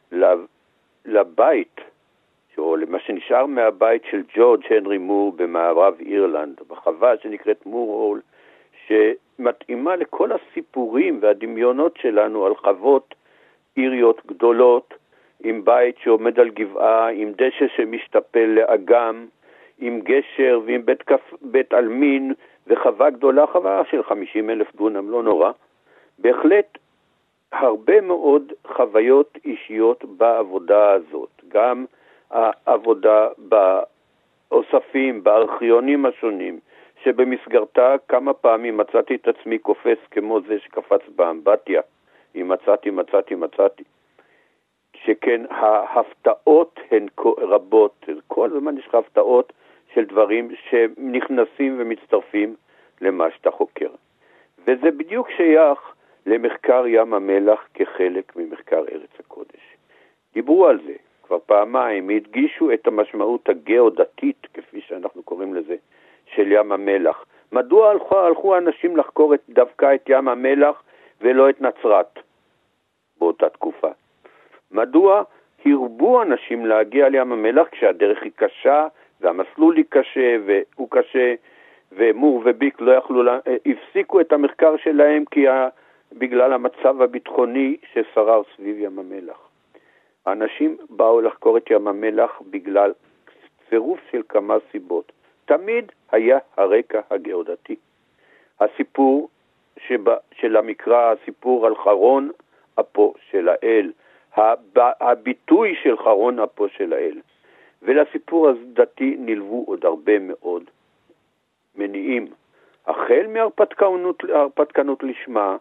לבית, או למה שנשאר מהבית של ג'ורג' הנרי מור במערב אירלנד, בחווה שנקראת מור הול, שמתאימה לכל הסיפורים והדמיונות שלנו על חוות עיריות גדולות, עם בית שעומד על גבעה, עם דשא שמשתפל לאגם, עם גשר ועם בית, כף, בית אלמין וחווה גדולה, חווה של חמישים אלף דונם, לא נורא. בהחלט הרבה מאוד חוויות אישיות בעבודה הזאת. גם העבודה באוספים, בארכיונים השונים, שבמסגרתה כמה פעמים מצאתי את עצמי קופץ כמו זה שקפץ באמבטיה. אם מצאתי, מצאתי, מצאתי. שכן ההפתעות הן רבות, כל הזמן יש לך הפתעות של דברים שנכנסים ומצטרפים למה שאתה חוקר. וזה בדיוק שייך למחקר ים המלח כחלק ממחקר ארץ הקודש. דיברו על זה כבר פעמיים, הדגישו את המשמעות הגאודתית, כפי שאנחנו קוראים לזה, של ים המלח. מדוע הלכו, הלכו אנשים לחקור את, דווקא את ים המלח ולא את נצרת באותה תקופה? מדוע הרבו אנשים להגיע לים המלח כשהדרך היא קשה והמסלול היא קשה והוא קשה, ומור וביק לא יכלו, לה... הפסיקו את המחקר שלהם כי ה... בגלל המצב הביטחוני ששרר סביב ים המלח. האנשים באו לחקור את ים המלח בגלל צירוף של כמה סיבות. תמיד היה הרקע הגאודתי. הסיפור שבה... של המקרא, הסיפור על חרון אפו של האל, הביטוי של חרון אפו של האל. ולסיפור הדתי נלוו עוד הרבה מאוד מניעים. החל מהרפתקנות לשמה,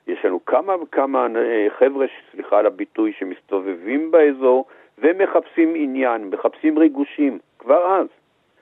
יש לנו כמה וכמה חבר'ה, סליחה על הביטוי, שמסתובבים באזור ומחפשים עניין, מחפשים ריגושים, כבר אז.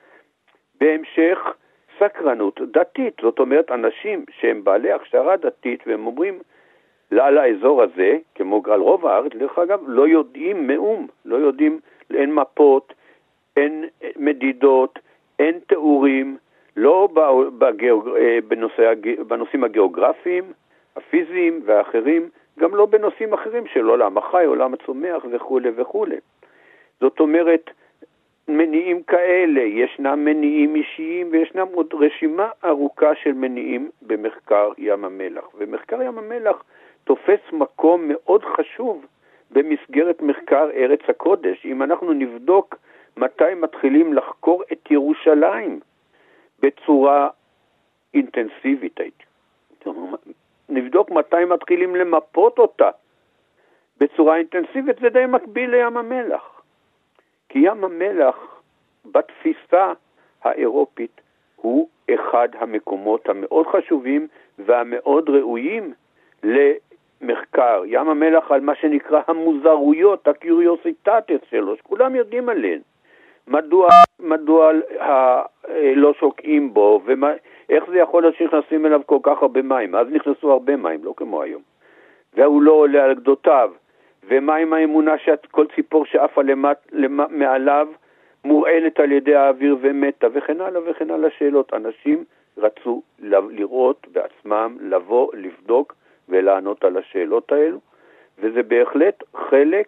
בהמשך, סקרנות דתית, זאת אומרת, אנשים שהם בעלי הכשרה דתית, והם אומרים, על האזור הזה, כמו על רוב הארץ, דרך אגב, לא יודעים מאום, לא יודעים, אין מפות, אין מדידות, אין תיאורים, לא בגיאוג... בנושא... בנושאים הגיאוגרפיים, הפיזיים והאחרים, גם לא בנושאים אחרים של עולם החי, עולם הצומח וכו' וכו'. זאת אומרת, מניעים כאלה, ישנם מניעים אישיים וישנם עוד רשימה ארוכה של מניעים במחקר ים המלח. ומחקר ים המלח תופס מקום מאוד חשוב במסגרת מחקר ארץ הקודש. אם אנחנו נבדוק מתי מתחילים לחקור את ירושלים בצורה אינטנסיבית, נבדוק מתי מתחילים למפות אותה בצורה אינטנסיבית, זה די מקביל לים המלח. כי ים המלח בתפיסה האירופית הוא אחד המקומות המאוד חשובים והמאוד ראויים למחקר. ים המלח על מה שנקרא המוזרויות, הקיוריוסיטטס שלו, שכולם יודעים עליהן. מדוע, מדוע ה, לא שוקעים בו, ואיך זה יכול להיות שנכנסים אליו כל כך הרבה מים? אז נכנסו הרבה מים, לא כמו היום. והוא לא עולה על גדותיו. ומה עם האמונה שכל ציפור שאפה למט, למ, מעליו מורעלת על ידי האוויר ומתה, וכן הלאה וכן הלאה שאלות. אנשים רצו לראות בעצמם, לבוא, לבדוק ולענות על השאלות האלו, וזה בהחלט חלק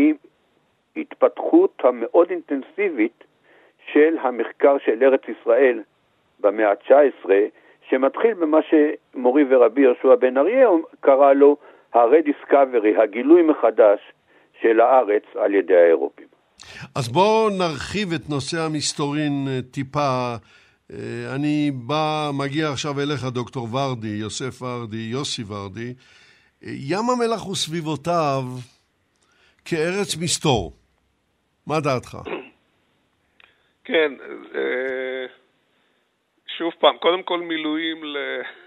מהתפתחות המאוד אינטנסיבית של המחקר של ארץ ישראל במאה ה-תשע עשרה, שמתחיל במה שמורי ורבי יהושע בן אריה קרא לו הרדיסקאברי, הגילוי מחדש של הארץ על ידי האירופים. אז בואו נרחיב את נושא המסתורין טיפה. אני בא, מגיע עכשיו אליך, דוקטור ורדי, יוסף ורדי, יוסי ורדי. ים המלח וסביבותיו כארץ מסתור. מה דעתך? כן, שוב פעם, קודם כל מילואים ל...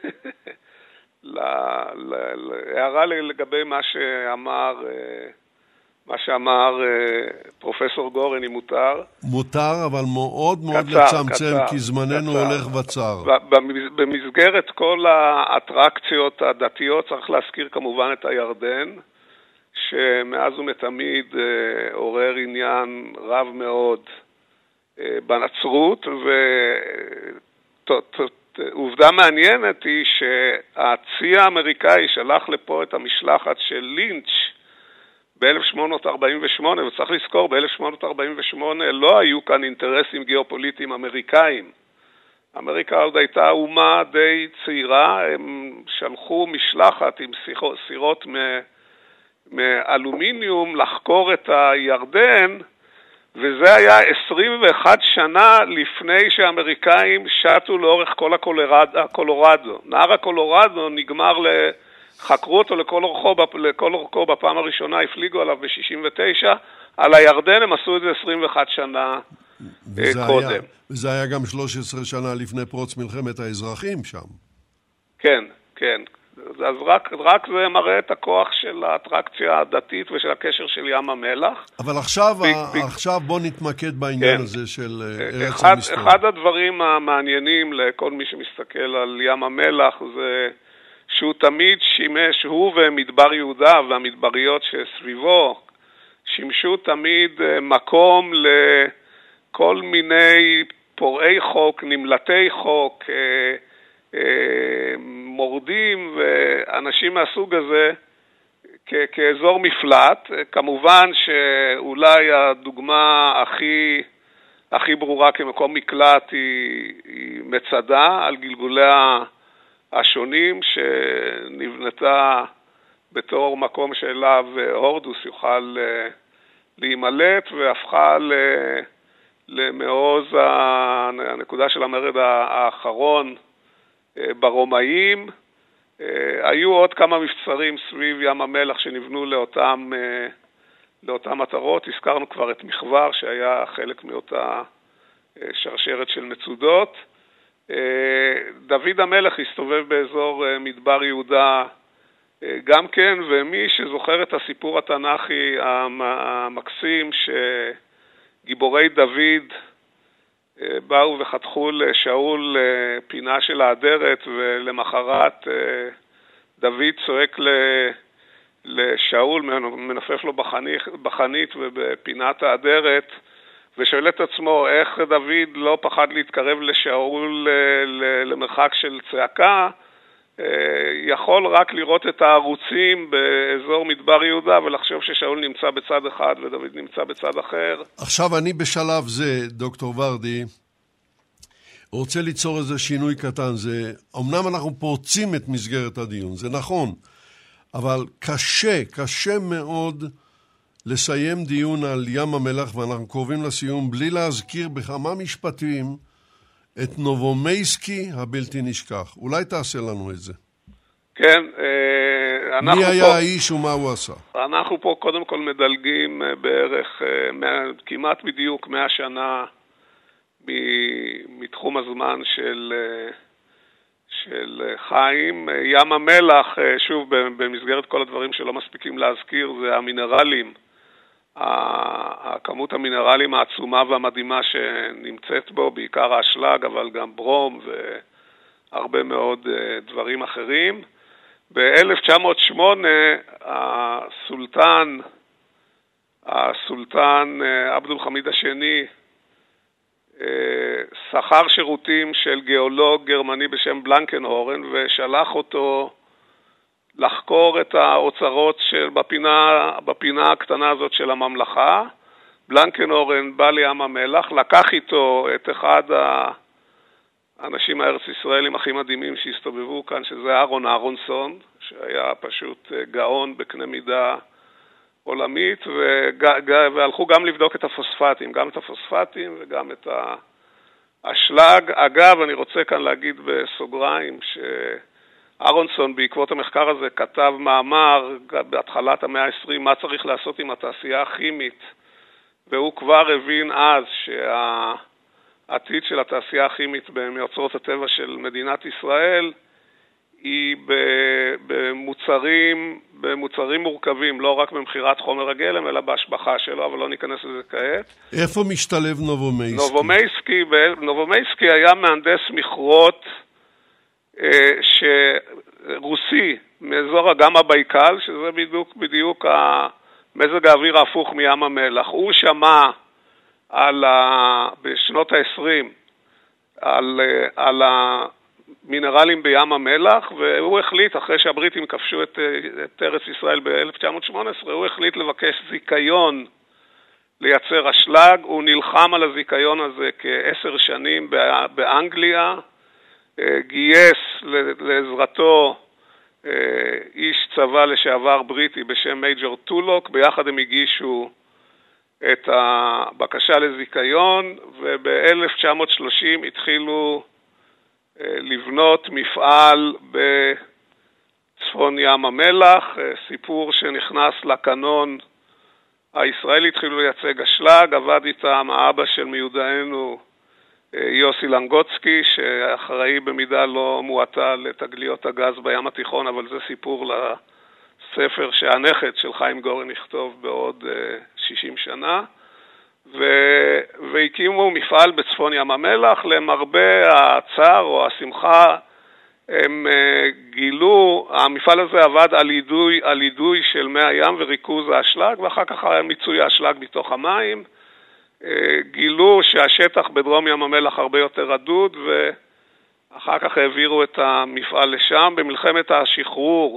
להערה לגבי מה שאמר מה שאמר פרופסור גורן, אם מותר. מותר, אבל מאוד מאוד לצמצם, כי זמננו הולך וצר. במסגרת כל האטרקציות הדתיות צריך להזכיר כמובן את הירדן, שמאז ומתמיד עורר עניין רב מאוד בנצרות, ועובדה מעניינת היא שהצי האמריקאי שלח לפה את המשלחת של לינץ' ב-אלף שמונה מאות ארבעים ושמונה, וצריך לזכור, ב-אלף שמונה מאות ארבעים ושמונה לא היו כאן אינטרסים גיאופוליטיים אמריקאים. אמריקה עוד הייתה אומה די צעירה, הם שלחו משלחת עם סירות מאלומיניום לחקור את הירדן, וזה היה עשרים ואחת שנה לפני שהאמריקאים שטו לאורך כל הקולורדו. נהר הקולורדו נגמר ל... חקרו אותו לכל אורכו, לכל אורכו בפעם הראשונה, הפליגו עליו ב-שישים ותשע, על הירדן הם עשו את זה עשרים ואחת שנה קודם. היה, וזה היה גם שלוש עשרה שנה לפני פרוץ מלחמת האזרחים שם. כן, כן. אז רק, רק זה מראה את הכוח של האטרקציה הדתית ושל הקשר של ים המלח. אבל עכשיו, ב, ה, ב... עכשיו בוא נתמקד בעניין כן. הזה של ארץ אחד, המסתור. אחד הדברים המעניינים לכל מי שמסתכל על ים המלח זה שהוא תמיד שימש, הוא ומדבר יהודה והמדבריות שסביבו, שימשו תמיד מקום לכל מיני פורעי חוק, נמלטי חוק, מורדים ואנשים מהסוג הזה כ- כאזור מפלט. כמובן שאולי הדוגמה הכי, הכי ברורה כמקום מקלט היא, היא מצדה על גלגוליה השונים, שנבנתה בתור מקום שאליו הורדוס יוכל להימלט, והפכה למעוז הנקודה של המרד האחרון ברומאים. היו עוד כמה מבצרים סביב ים המלח שנבנו לאותם, לאותם מטרות. הזכרנו כבר את מחבר שהיה חלק מאותה שרשרת של מצודות. דוד המלך הסתובב באזור מדבר יהודה גם כן, ומי שזוכר את הסיפור התנ"כי המקסים שגיבורי דוד באו וחתכו לשאול פינה של האדרת, ולמחרת דוד צועק לשאול, מנופף לו בחנית, בחנית ובפינת האדרת, ושואל את עצמו איך דוד לא פחד להתקרב לשאול למרחק של צעקה, יכול רק לראות את הערוצים באזור מדבר יהודה ולחשוב ששאול נמצא בצד אחד ודוד נמצא בצד אחר. עכשיו אני בשלב זה, דוקטור ורדי, רוצה ליצור איזה שינוי קטן. זה, אמנם אנחנו פורצים את מסגרת הדיון, זה נכון, אבל קשה, קשה מאוד לסיים דיון על ים המלח, ואנחנו קרובים לסיום, בלי להזכיר בכמה משפטים את נובומייסקי הבלתי נשכח. אולי תעשה לנו את זה. כן. אנחנו מי היה פה, האיש ומה הוא עשה? אנחנו פה קודם כל מדלגים בערך כמעט בדיוק מאה שנה מתחום הזמן של, של חיים. ים המלח, שוב, במסגרת כל הדברים שלא מספיקים להזכיר, זה המינרלים. הכמות המינרלים העצומה והמדהימה שנמצאת בו, בעיקר האשלג, אבל גם ברום והרבה מאוד דברים אחרים. ב-אלף תשע מאות ושמונה הסולטן, הסולטן עבדול חמיד השני, שכר שירותים של גיאולוג גרמני בשם בלנקנהורן, ושלח אותו לחקור את האוצרות של בפינה, בפינה הקטנה הזאת של הממלכה. בלנקנהורן בא לים המלח, לקח איתו את אחד האנשים הארץ ישראלים הכי מדהימים שהסתובבו כאן, שזה אהרון אהרונסון, שהיה פשוט גאון בקנה מידה עולמית, וגע, והלכו גם לבדוק את הפוספטים, גם את הפוספטים וגם את האשלג. אגב, אני רוצה כאן להגיד בסוגריים ש... אהרונסון בעקבות המחקר הזה כתב מאמר בהתחלת המאה ה-עשרים מה צריך לעשות עם התעשייה הכימית, והוא כבר הבין אז שהעתיד של התעשייה הכימית מאוצרות הטבע של מדינת ישראל היא במוצרים, במוצרים מורכבים, לא רק במחירת חומר הגלם אלא בהשבחה שלו, אבל לא ניכנס לזה כעת. איפה משתלב נובומייסקי? נובומייסקי, נובומייסקי היה מהנדס מכרות שרוסי מאזור אגם הבייקל, שזה בדיוק, בדיוק מזג האוויר ההפוך מים המלח. הוא שמע על ה... בשנות ה-עשרים על, על המינרלים בים המלח, והוא החליט, אחרי שהבריטים כבשו את, את ארץ ישראל ב-אלף תשע מאות שמונה עשרה, הוא החליט לבקש זיכיון לייצר אשלג. הוא נלחם על הזיכיון הזה כעשר שנים באנגליה, גייס לעזרתו איש צבא לשעבר בריטי בשם מייג'ור טולוק, ביחד הם הגישו את הבקשה לזיכיון, וב-אלף תשע מאות שלושים התחילו לבנות מפעל בצפון ים המלח, סיפור שנכנס לקנון הישראלי. התחילו לייצג אשלג, עבד איתם האבא של מיודענו יוסי לנגוצקי, שאחראי במידה לא מועטה לתגליות הגז בים התיכון, אבל זה סיפור לספר שהנכד של חיים גורן יכתוב בעוד שישים שנה. ו- והקימו מפעל בצפון ים המלח. למרבה הצער או השמחה, הם גילו, המפעל הזה עבד על אידוי, על אידוי של מי הים וריכוז האשלג, ואחר כך היה מיצוי האשלג בתוך המים. גילו שהשטח בדרום ים המלח הרבה יותר רדוד, ואחר כך העבירו את המפעל לשם. במלחמת השחרור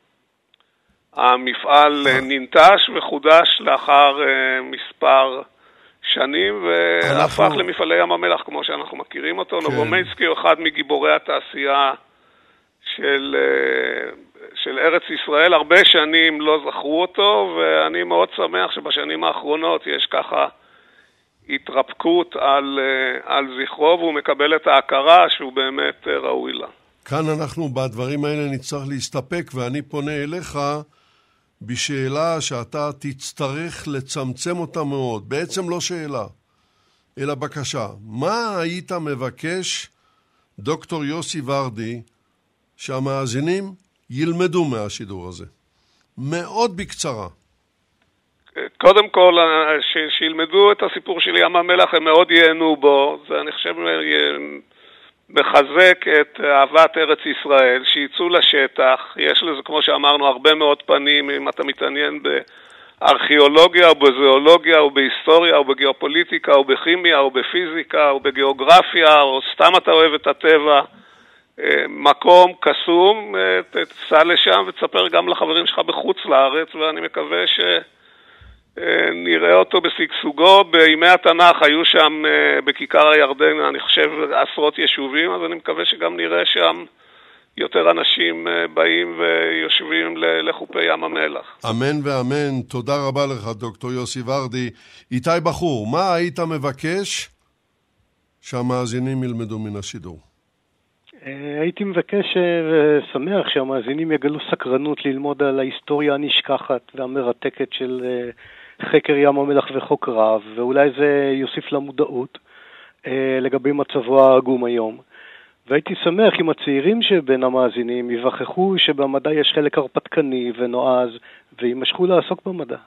המפעל ננטש וחודש לאחר מספר שנים, והפך אנחנו... למפעלי ים המלח כמו שאנחנו מכירים אותו. כן. נובומייסקי הוא אחד מגיבורי התעשייה של, של ארץ ישראל. הרבה שנים לא זכרו אותו, ואני מאוד שמח שבשנים האחרונות יש ככה התרפקות על, על זכרו, והוא מקבל את ההכרה שהוא באמת ראוי לה. כאן אנחנו בדברים האלה נצטרך להסתפק, ואני פונה אליך בשאלה שאתה תצטרך לצמצם אותה מאוד. בעצם לא שאלה, אלא בקשה. מה היית מבקש, דוקטור יוסי ורדי, שהמאזינים ילמדו מהשידור הזה? מאוד בקצרה. קודם כל, ש- שילמדו את הסיפור של ים המלח, הם מאוד ייהנו בו. זה, אני חושב, מחזק את אהבת ארץ ישראל, שיצאו לשטח. יש לזה, כמו שאמרנו, הרבה מאוד פנים. אם אתה מתעניין בארכיאולוגיה או בזואולוגיה או בהיסטוריה או בגיאופוליטיקה או בכימיה או בפיזיקה או בגיאוגרפיה, או סתם אתה אוהב את הטבע, מקום קסום, תסע לשם ותספר גם לחברים שלך בחוץ לארץ, ואני מקווה שנראה אותו בסגסוגו. בימי התנ"ך היו שם בכיכר הירדן, אני חושב, עשרות יישובים, אז אני מקווה שגם נראה שם יותר אנשים באים ויושבים לחופי ים המלח. אמן ואמן. תודה רבה לך, דוקטור יוסי ורדי. איתי בחור, מה היית מבקש שהמאזינים ילמדו מן השידור? הייתי מבקש ושמח שהמאזינים יגלו סקרנות ללמוד על ההיסטוריה הנשכחת והמרתקת של חקר ים המלח וחוקריו, ואולי זה יוסיף למודעות לגבי מצבו העגום היום. והייתי שמח אם הצעירים שבין המאזינים יווכחו שבמדע יש חלק הרפתקני ונועז, וימשכו לעסוק במדע.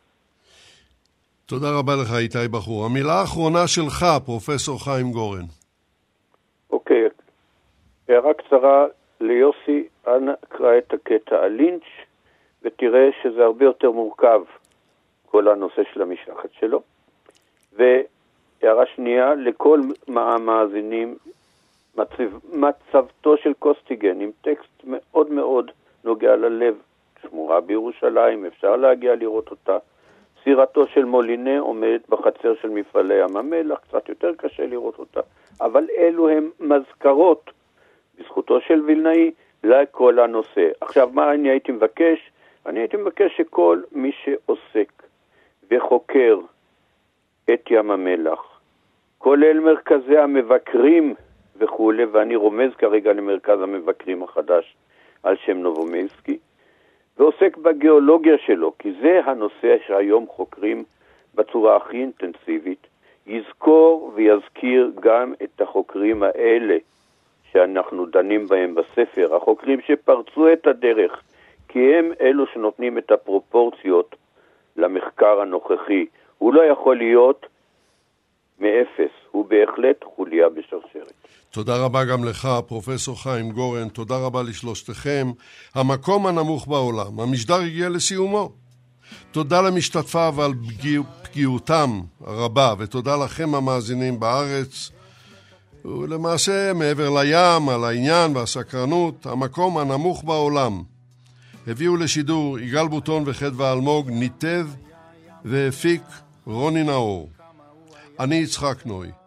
תודה רבה לך, איתי בחור. המילה האחרונה שלך, פרופסור חיים גורן. אוקיי, הערה קצרה ליוסי, אנא קרא את הקטע על לינץ' ותראה שזה הרבה יותר מורכב, כל הנושא של המשלחת שלו. והערה שנייה, לכל המאזינים, מצב, מצבתו של קוסטיגן, עם טקסט מאוד מאוד נוגע ללב, שמורה בירושלים, אפשר להגיע לראות אותה. סירתו של מולינה עומדת בחצר של מפעלי ים המלח, קצת יותר קשה לראות אותה, אבל אלו הם מזכרות בזכותו של וילנאי לכל הנושא. עכשיו, מה אני הייתי מבקש? אני הייתי מבקש שכל מי שעוסק וחוקר את ים המלח, כולל מרכזי המבקרים וכו', ואני רומז כרגע למרכז המבקרים החדש על שם נובומייסקי, ועוסק בגיאולוגיה שלו, כי זה הנושא שהיום חוקרים בצורה הכי אינטנסיבית, יזכור ויזכיר גם את החוקרים האלה שאנחנו דנים בהם בספר, החוקרים שפרצו את הדרך, כי הם אלו שנותנים את הפרופורציות למחקר הנוכחי. הוא לא יכול להיות מאפס, הוא בהחלט חוליה בשרשרת. תודה רבה גם לך, פרופסור חיים גורן, תודה רבה לשלושתכם. המקום הנמוך בעולם, המשדר הגיע לסיומו. תודה למשתתפיו על פגיעותם הרבה, ותודה לכם המאזינים בארץ. ולמעשה, מעבר לים, על העניין והסקרנות, המקום הנמוך בעולם. הביאו לשידור יגאל בוטון וחדווה אלמוג, ניתב והפיק רוני נאור. אני יצחק נוי.